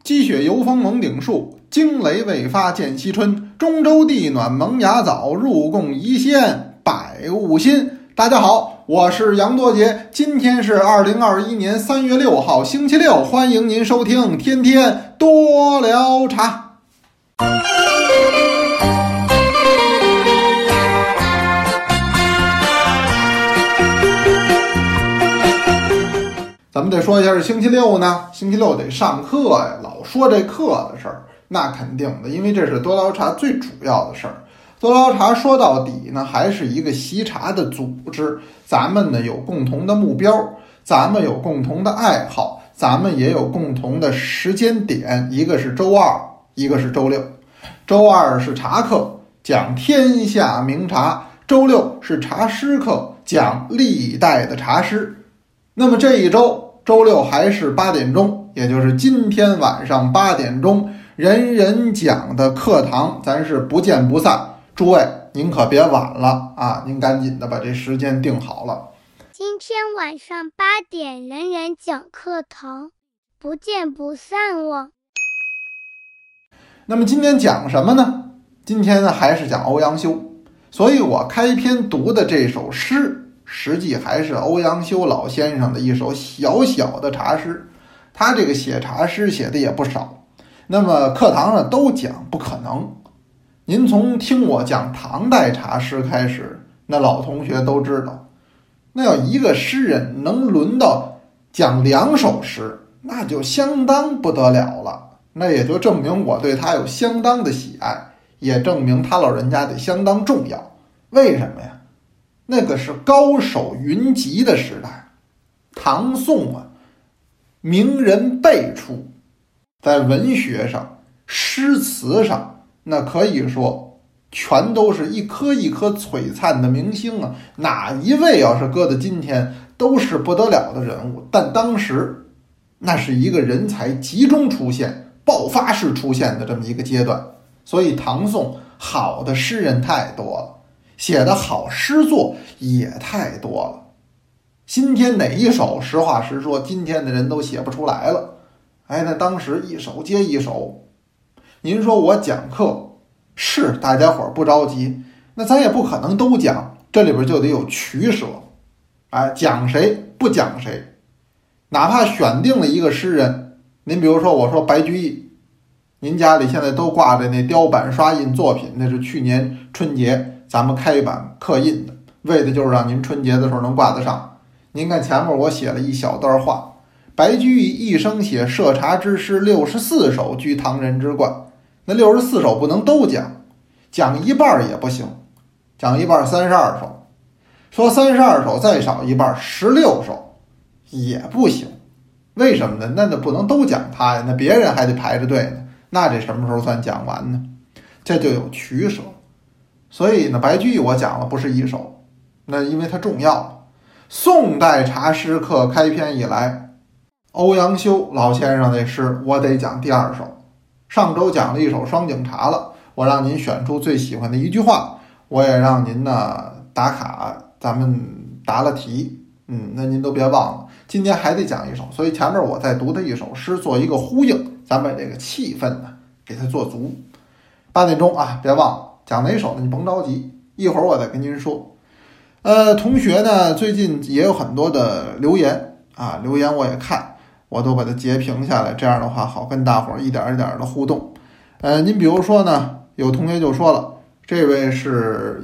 积雪犹风蒙顶树，惊雷未发见西春。中州地暖萌芽早，入贡宜先百物新。大家好，我是杨多杰，今天是2021年3月6号，星期六，欢迎您收听天天多聊茶。咱们得说一下是星期六呢，星期六得上课呀，老说这课的事儿，那肯定的，因为这是多聊茶最主要的事儿。多聊茶说到底呢，还是一个习茶的组织，咱们呢有共同的目标，咱们有共同的爱好，咱们也有共同的时间点，一个是周二，一个是周六。周二是茶课，讲天下名茶；周六是茶诗课，讲历代的茶师。那么这一周，周六还是8点钟，也就是今天晚上8点钟，人人讲的课堂，咱是不见不散。诸位，您可别晚了啊！您赶紧的把这时间定好了。 今天晚上8点，人人讲课堂，不见不散哦。 那么今天讲什么呢？今天呢还是讲欧阳修，所以我开篇读的这首诗，实际还是欧阳修老先生的一首小小的茶诗。他这个写茶诗写的也不少，那么课堂上都讲不可能。您从听我讲唐代茶诗开始，那老同学都知道，那要一个诗人能轮到讲2首诗，那就相当不得了了。那也就证明我对他有相当的喜爱，也证明他老人家得相当重要。为什么呀？那个是高手云集的时代，唐宋啊，名人辈出，在文学上、诗词上，那可以说全都是一颗一颗璀璨的明星啊！哪一位要是搁到今天，都是不得了的人物。但当时那是一个人才集中出现、爆发式出现的这么一个阶段，所以唐宋好的诗人太多了，写的好诗作也太多了。今天哪一首，实话实说，今天的人都写不出来了。那当时一首接一首。您说我讲课，是大家伙不着急，那咱也不可能都讲，这里边就得有取舍。讲谁不讲谁，哪怕选定了一个诗人，您比如说我说白居易，您家里现在都挂着那雕版刷印作品，那是去年春节咱们开版刻印的，为的就是让您春节的时候能挂得上。您看前面我写了一小段话，白居易一生写涉茶之诗64首，居唐人之冠。那64首不能都讲，讲一半也不行，讲一半32首，说32首再少一半16首也不行。为什么呢？那不能都讲他呀，那别人还得排着队呢，那这什么时候算讲完呢？这就有取舍。所以呢，白居易我讲了不是一首，那因为它重要。宋代茶诗课开篇以来，欧阳修老先生那诗我得讲第2首。上周讲了一首双井茶了，我让您选出最喜欢的一句话，我也让您呢打卡，咱们答了题。那您都别忘了，今天还得讲一首，所以前面我再读的一首诗做一个呼应，咱把这个气氛呢给它做足。8点钟啊，别忘了讲哪首呢？你甭着急，一会儿我再跟您说。同学呢最近也有很多的留言啊，留言我也看，我都把它截屏下来，这样的话好跟大伙儿一点一点的互动。您比如说呢，有同学就说了，这位是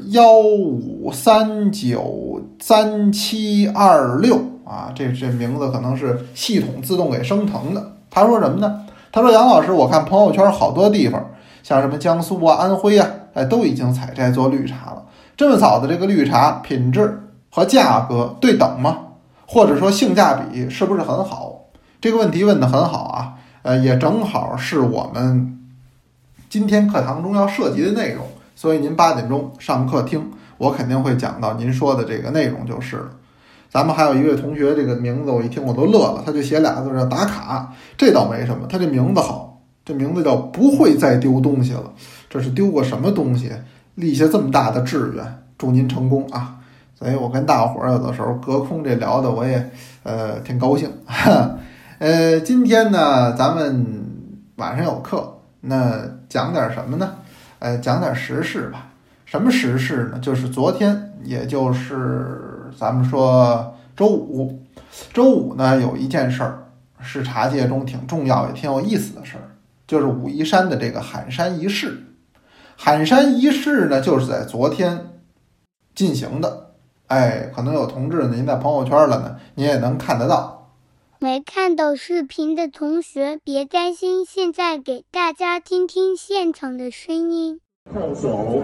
15393726啊，这名字可能是系统自动给生成的。他说什么呢？他说杨老师，我看朋友圈好多地方，像什么江苏啊、安徽啊，都已经采摘做绿茶了。这么早的这个绿茶品质和价格对等吗？或者说性价比是不是很好？这个问题问得很好啊，也正好是我们今天课堂中要涉及的内容，所以您8点钟上课听，我肯定会讲到您说的这个内容就是了。咱们还有一位同学，这个名字我一听我都乐了，他就写2个字叫打卡，这倒没什么，他这名字好，这名字叫不会再丢东西了。这是丢过什么东西？立下这么大的志愿，祝您成功啊！所以我跟大伙儿有的时候隔空这聊的，我也挺高兴。今天呢，咱们晚上有课，那讲点什么呢？讲点时事吧。什么时事呢？就是昨天，也就是咱们说周五。周五呢，有一件事儿是茶界中挺重要也挺有意思的事儿，就是武夷山的这个喊山仪式。喊山仪式呢，就是在昨天进行的。可能有同志呢，您在朋友圈了呢，您也能看得到。 没看到视频的同学别担心，现在给大家听听现场的声音。 靠手，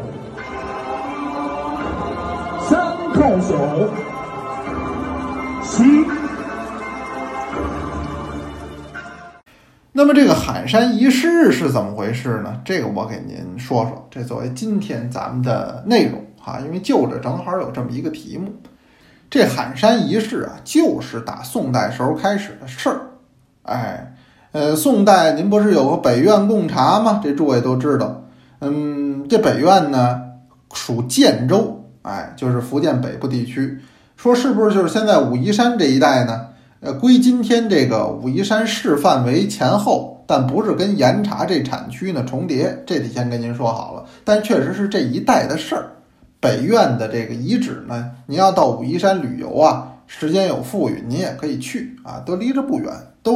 三靠手，齐。 那么这个喊山仪式是怎么回事呢？这个我给您说说，这作为今天咱们的内容因为就着正好有这么一个题目。这喊山仪式就是打宋代时候开始的事儿。宋代您不是有个北苑贡茶吗？这诸位都知道。这北苑呢属建州，就是福建北部地区。说是不是就是现在武夷山这一带呢？归今天这个武夷山市范围前后，但不是跟岩茶这产区呢重叠，这得先跟您说好了。但确实是这一带的事儿。北苑的这个遗址呢，您要到武夷山旅游时间有富裕，您也可以去都离着不远。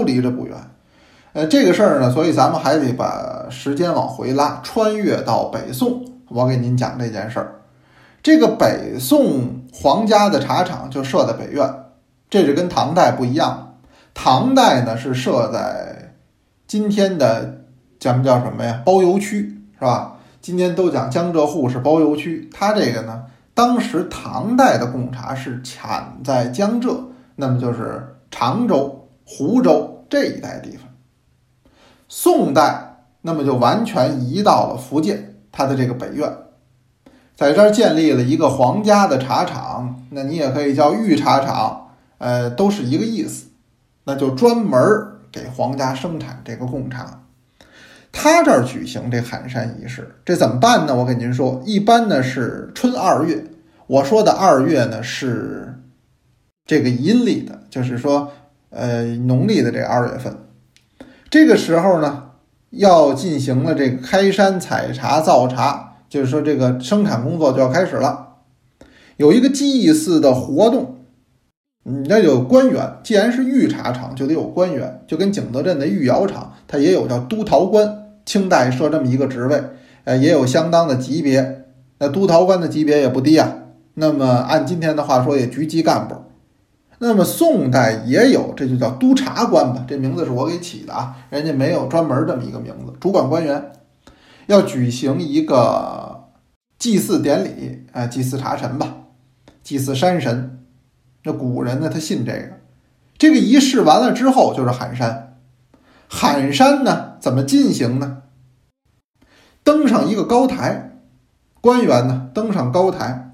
这个事儿呢，所以咱们还得把时间往回拉，穿越到北宋，我给您讲这件事儿。这个北宋皇家的茶厂就设在北苑，这是跟唐代不一样。唐代呢是设在今天的咱们叫什么呀？包邮区，是吧？今天都讲江浙沪是包邮区，它这个呢，当时唐代的贡茶是产在江浙，那么就是常州、湖州这一带地方。宋代那么就完全移到了福建，它的这个北苑，在这儿建立了一个皇家的茶厂，那你也可以叫御茶厂，都是一个意思，那就专门给皇家生产这个贡茶。他这儿举行这喊山仪式，这怎么办呢？我跟您说，一般呢是春2月，我说的2月呢是这个阴历的，就是说农历的这2月份。这个时候呢要进行了这个开山采茶造茶，就是说这个生产工作就要开始了。有一个祭祀的活动，那有官员，既然是御茶厂就得有官员，就跟景德镇的御窑厂它也有叫督陶官，清代设这么一个职位，也有相当的级别。那督陶官的级别也不低那么按今天的话说也局级干部。那么宋代也有，这就叫督察官吧，这名字是我给起的人家没有专门这么一个名字。主管官员要举行一个祭祀典礼，祭祀茶神吧，祭祀山神。那古人呢他信这个。这个仪式完了之后就是喊山。喊山呢怎么进行呢？登上一个高台，官员呢登上高台，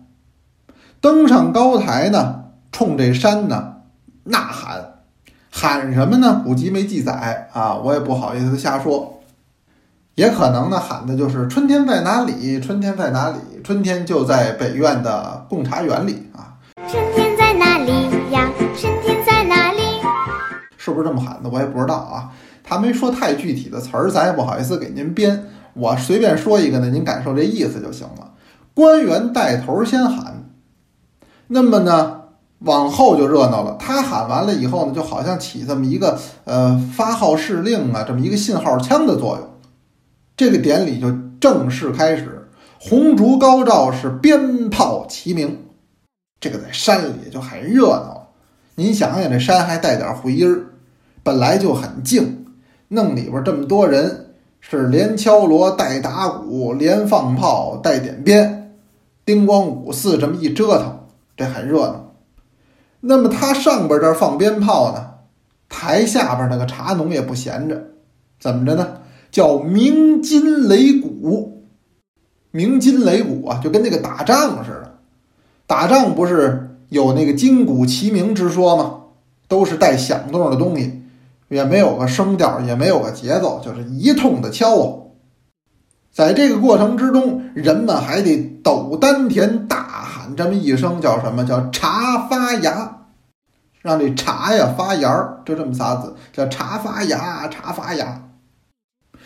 呢冲这山呢呐喊。喊什么呢？古籍没记载我也不好意思瞎说。也可能呢喊的就是春天在哪里，春天在哪里，春天就在北苑的贡茶园里春天在哪里呀？春天在哪里？ 是不是这么喊的？我也不知道他没说太具体的词儿，咱也不好意思给您编，我随便说一个呢，您感受这意思就行了。官员带头先喊，那么呢往后就热闹了。他喊完了以后呢，就好像起这么一个发号施令这么一个信号枪的作用。这个典礼就正式开始，红烛高照，是鞭炮齐鸣。这个在山里就很热闹。您想想，这山还带点回音，本来就很静，弄里边这么多人，是连敲锣带打鼓，连放炮带点鞭，叮咣五四这么一折腾，这很热闹。那么他上边这放鞭炮呢，台下边那个茶农也不闲着，怎么着呢？叫鸣金擂鼓。鸣金擂鼓就跟那个打仗似的。打仗不是有那个金鼓齐鸣之说吗？都是带响动的东西，也没有个声调，也没有个节奏，就是一通的敲在这个过程之中，人们还得抖丹田，大喊这么一声，叫什么？叫茶发芽，让这茶呀发芽，就这么仨字，叫茶发芽，茶发芽。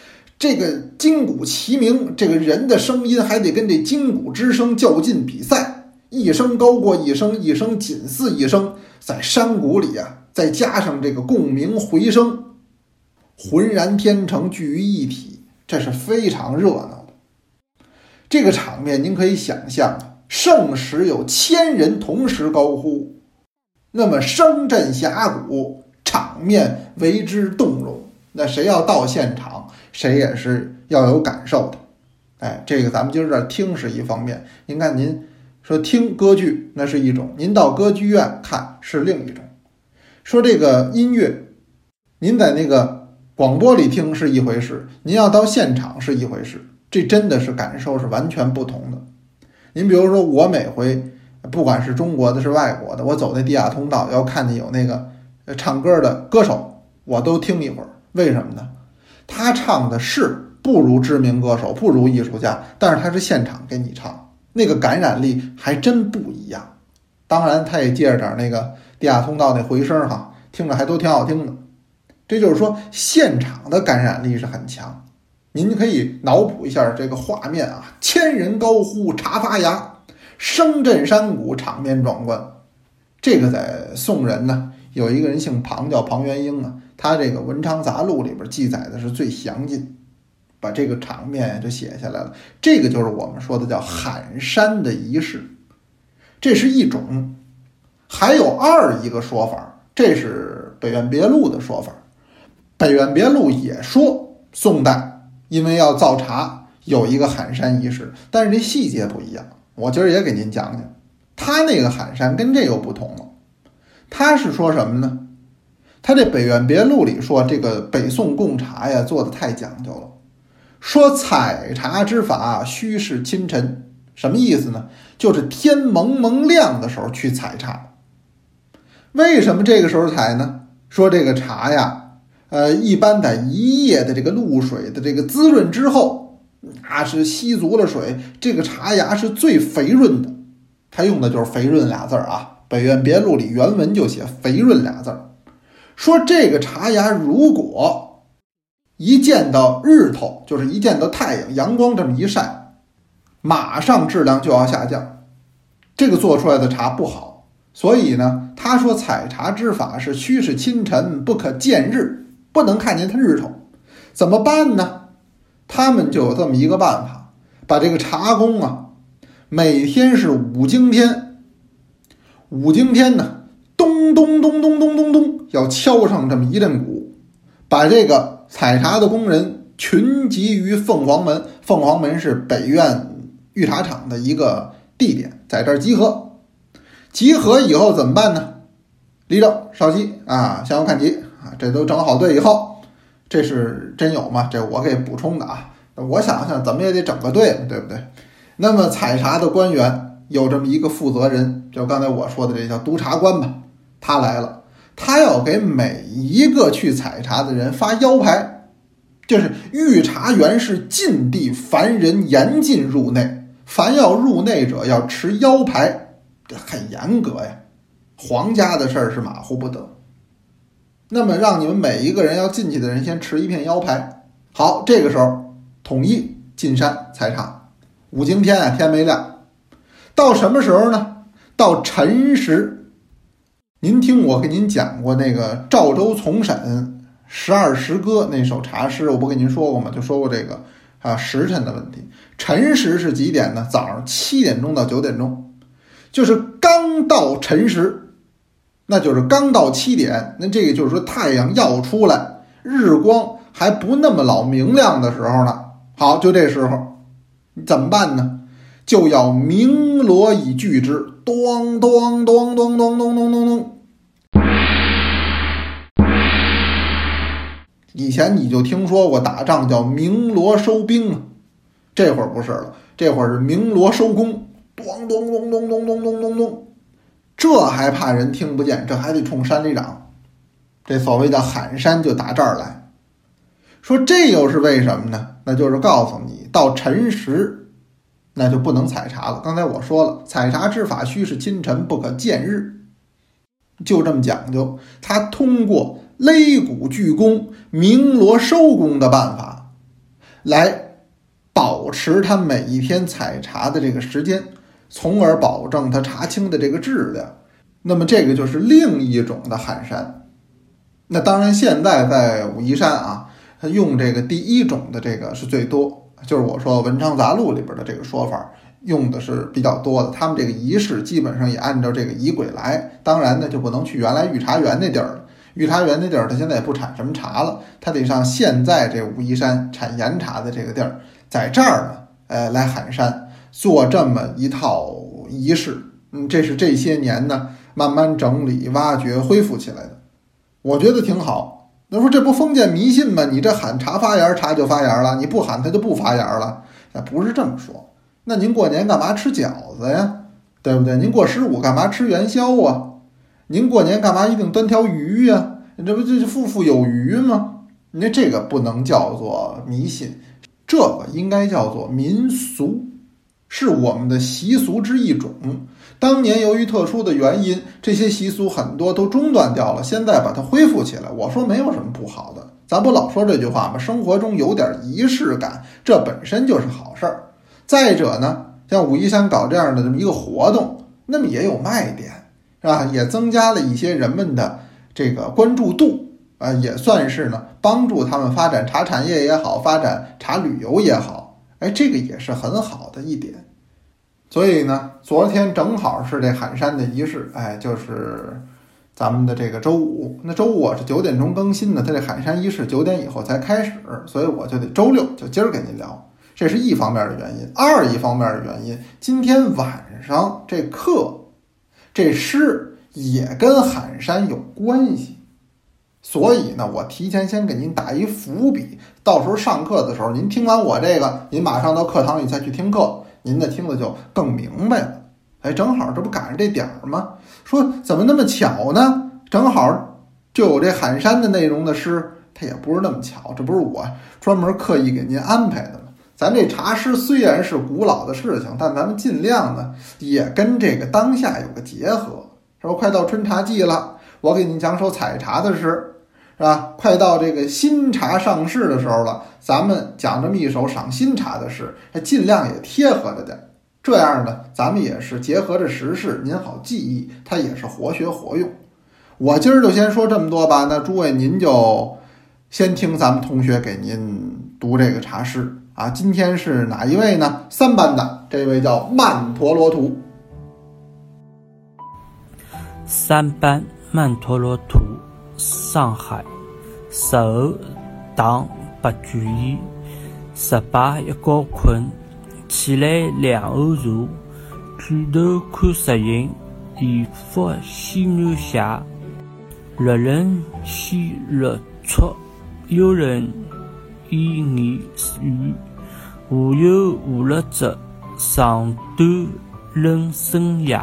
这个金鼓齐鸣，这个人的声音还得跟这金鼓之声较劲比赛，一声高过一声，一声紧似一声，在山谷里啊，再加上这个共鸣回声，浑然天成，聚于一体，这是非常热闹的。这个场面您可以想象，盛时有1000人同时高呼，那么声震峡谷，场面为之动容。那谁要到现场，谁也是要有感受的。这个咱们今儿这听是一方面，您看您说听歌剧那是一种，您到歌剧院看是另一种。说这个音乐，您在那个广播里听是一回事，您要到现场是一回事，这真的是感受是完全不同的。您比如说我每回不管是中国的是外国的，我走那地下通道要看见有那个唱歌的歌手，我都听一会儿。为什么呢？他唱的是不如知名歌手，不如艺术家，但是他是现场给你唱，那个感染力还真不一样。当然他也借着点那个地下通道那回声哈，听着还都挺好听的。这就是说现场的感染力是很强。您可以脑补一下这个画面啊，1000人高呼茶发芽，声震山谷，场面壮观。这个在宋人呢，有一个人姓庞，叫庞元英啊，他这个《文昌杂录》里边记载的是最详尽，把这个场面就写下来了。这个就是我们说的叫喊山的仪式，这是一种。还有一个说法，这是北苑别录的说法。北苑别录也说宋代因为要造茶有一个喊山仪式，但是这细节不一样，我今儿也给您讲讲。他那个喊山跟这又不同了，他是说什么呢？他这北苑别录里说，这个北宋贡茶呀做的太讲究了，说采茶之法须是清晨。什么意思呢？就是天蒙蒙亮的时候去采茶。为什么这个时候采呢？说这个茶呀一般在一夜的这个露水的这个滋润之后，是吸足了水，这个茶芽是最肥润的。他用的就是肥润俩字啊，北苑别录里原文就写肥润俩字。说这个茶芽如果一见到日头，就是一见到太阳阳光这么一晒，马上质量就要下降，这个做出来的茶不好。所以呢，他说采茶之法是须是清晨，不可见日，不能看见它日头。怎么办呢？他们就有这么一个办法，把这个茶工啊，每天是5更天，5更天呢，咚咚咚咚咚咚咚，要敲上这么一阵鼓，把这个采茶的工人群集于凤凰门。凤凰门是北苑御茶厂的一个地点，在这儿集合。集合以后怎么办呢？立正稍息啊，向右看齐啊，这都整好队以后，这是真有吗？这我给补充的啊。我想想怎么也得整个队嘛，对不对？那么采茶的官员有这么一个负责人，就刚才我说的这叫督察官吧，他来了，他要给每一个去采茶的人发腰牌，就是御茶园是禁地，凡人严禁入内，凡要入内者要持腰牌，这很严格呀，皇家的事儿是马虎不得。那么让你们每一个人要进去的人先持一片腰牌。好，这个时候统一进山采茶。5更天啊，天没亮，到什么时候呢？到辰时。您听我给您讲过那个赵州从审12时歌那首茶诗，我不跟您说过吗？就说过这个时辰的问题。辰时是几点呢？早上7点钟到9点钟，就是刚到辰时，那就是刚到7点，那这个就是说太阳要出来，日光还不那么老明亮的时候呢。好，就这时候怎么办呢？就要鸣锣以拒之，咚咚咚咚咚咚咚咚咚。以前你就听说过打仗叫鸣锣收兵啊，这会儿不是了，这会儿是鸣锣收工，咚咚咚咚咚咚咚咚咚。这还怕人听不见，这还得冲山里嚷。这所谓的喊山就打这儿来。说这又是为什么呢？那就是告诉你，到辰时那就不能采茶了。刚才我说了，采茶之法须是清晨，不可见日，就这么讲究。他通过擂鼓鞠躬、鸣锣收工的办法， 来保持他每一天采茶的这个时间，从而保证他茶青的这个质量。那么这个就是另一种的喊山。那当然现在在武夷山啊，他用这个第一种的这个是最多，就是我说文昌杂录里边的这个说法用的是比较多的。他们这个仪式基本上也按照这个仪轨来，当然呢就不能去原来御茶园那地儿了。御茶园那地儿它现在也不产什么茶了，它得上现在这武夷山产岩茶的这个地儿，在这儿呢来喊山，做这么一套仪式。这是这些年呢慢慢整理挖掘恢复起来的，我觉得挺好。那说这不封建迷信吗？你这喊茶发芽，茶就发芽了，你不喊它就不发芽了。那不是这么说。那您过年干嘛吃饺子呀？对不对？您过15干嘛吃元宵啊？您过年干嘛一定端条鱼呀？这不就是富富有余吗？那这个不能叫做迷信，这个应该叫做民俗，是我们的习俗之一种。当年由于特殊的原因，这些习俗很多都中断掉了，现在把它恢复起来，我说没有什么不好的。咱不老说这句话吗？生活中有点仪式感，这本身就是好事儿。再者呢，像武夷山搞这样的这么一个活动，那么也有卖点，是吧？也增加了一些人们的这个关注度啊，也算是呢帮助他们发展茶产业也好，发展茶旅游也好，这个也是很好的一点。所以呢，昨天正好是这喊山的仪式，就是咱们的这个周五。那周五我是9点钟更新的，他这喊山仪式9点以后才开始，所以我就得周六就今儿跟您聊，这是一方面的原因。一方面的原因，今天晚上这课这诗也跟喊山有关系，所以呢，我提前先给您打一伏笔，到时候上课的时候，您听完我这个，您马上到课堂里再去听课，您的听的就更明白了。正好这不赶上这点儿吗？说怎么那么巧呢？正好就有这喊山的内容的诗，它也不是那么巧，这不是我专门刻意给您安排的吗？咱这茶诗虽然是古老的事情，但咱们尽量呢也跟这个当下有个结合，是吧？快到春茶季了，我给您讲首采茶的诗，是吧？快到这个新茶上市的时候了，咱们讲这么一首赏新茶的诗，尽量也贴合着点。这样呢，咱们也是结合着时事，您好记忆，它也是活学活用。我今儿就先说这么多吧。那诸位您就先听咱们同学给您读这个茶诗啊。今天是哪一位呢？3班的这位叫曼陀罗图。 3班曼陀罗图，上海10后唐白居易。18一觉困，起来2瓯茶，举头看石影，以复西南斜。六人先入错，有人依言语。无有无乐者，上端冷深夜。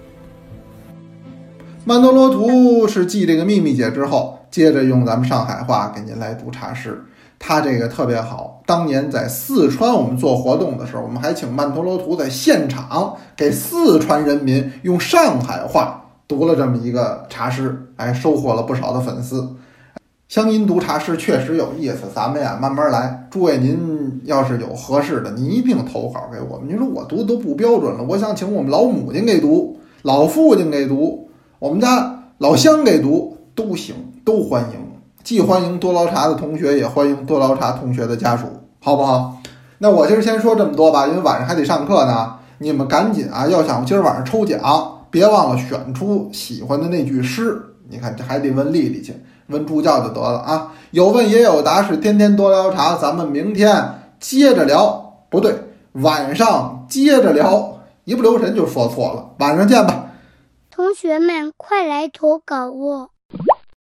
曼陀罗图是继这个秘密解之后，接着用咱们上海话给您来读茶诗。他这个特别好，当年在四川我们做活动的时候，我们还请曼陀罗图在现场给四川人民用上海话读了这么一个茶诗，收获了不少的粉丝。乡音读茶诗确实有意思，咱们呀慢慢来。诸位您要是有合适的，您一并投稿给我们。您说我读的都不标准了，我想请我们老母亲给读，老父亲给读，我们家老乡给读都行，都欢迎。既欢迎多捞茶的同学，也欢迎多捞茶同学的家属，好不好？那我今儿先说这么多吧，因为晚上还得上课呢。你们赶紧啊，要想今儿晚上抽奖，别忘了选出喜欢的那句诗。你看这还得问丽丽去，问助教就得了啊。有问也有答，是天天多聊茶。咱们明天接着聊，不对，晚上接着聊，一不留神就说错了。晚上见吧。 同学们快来投稿哦。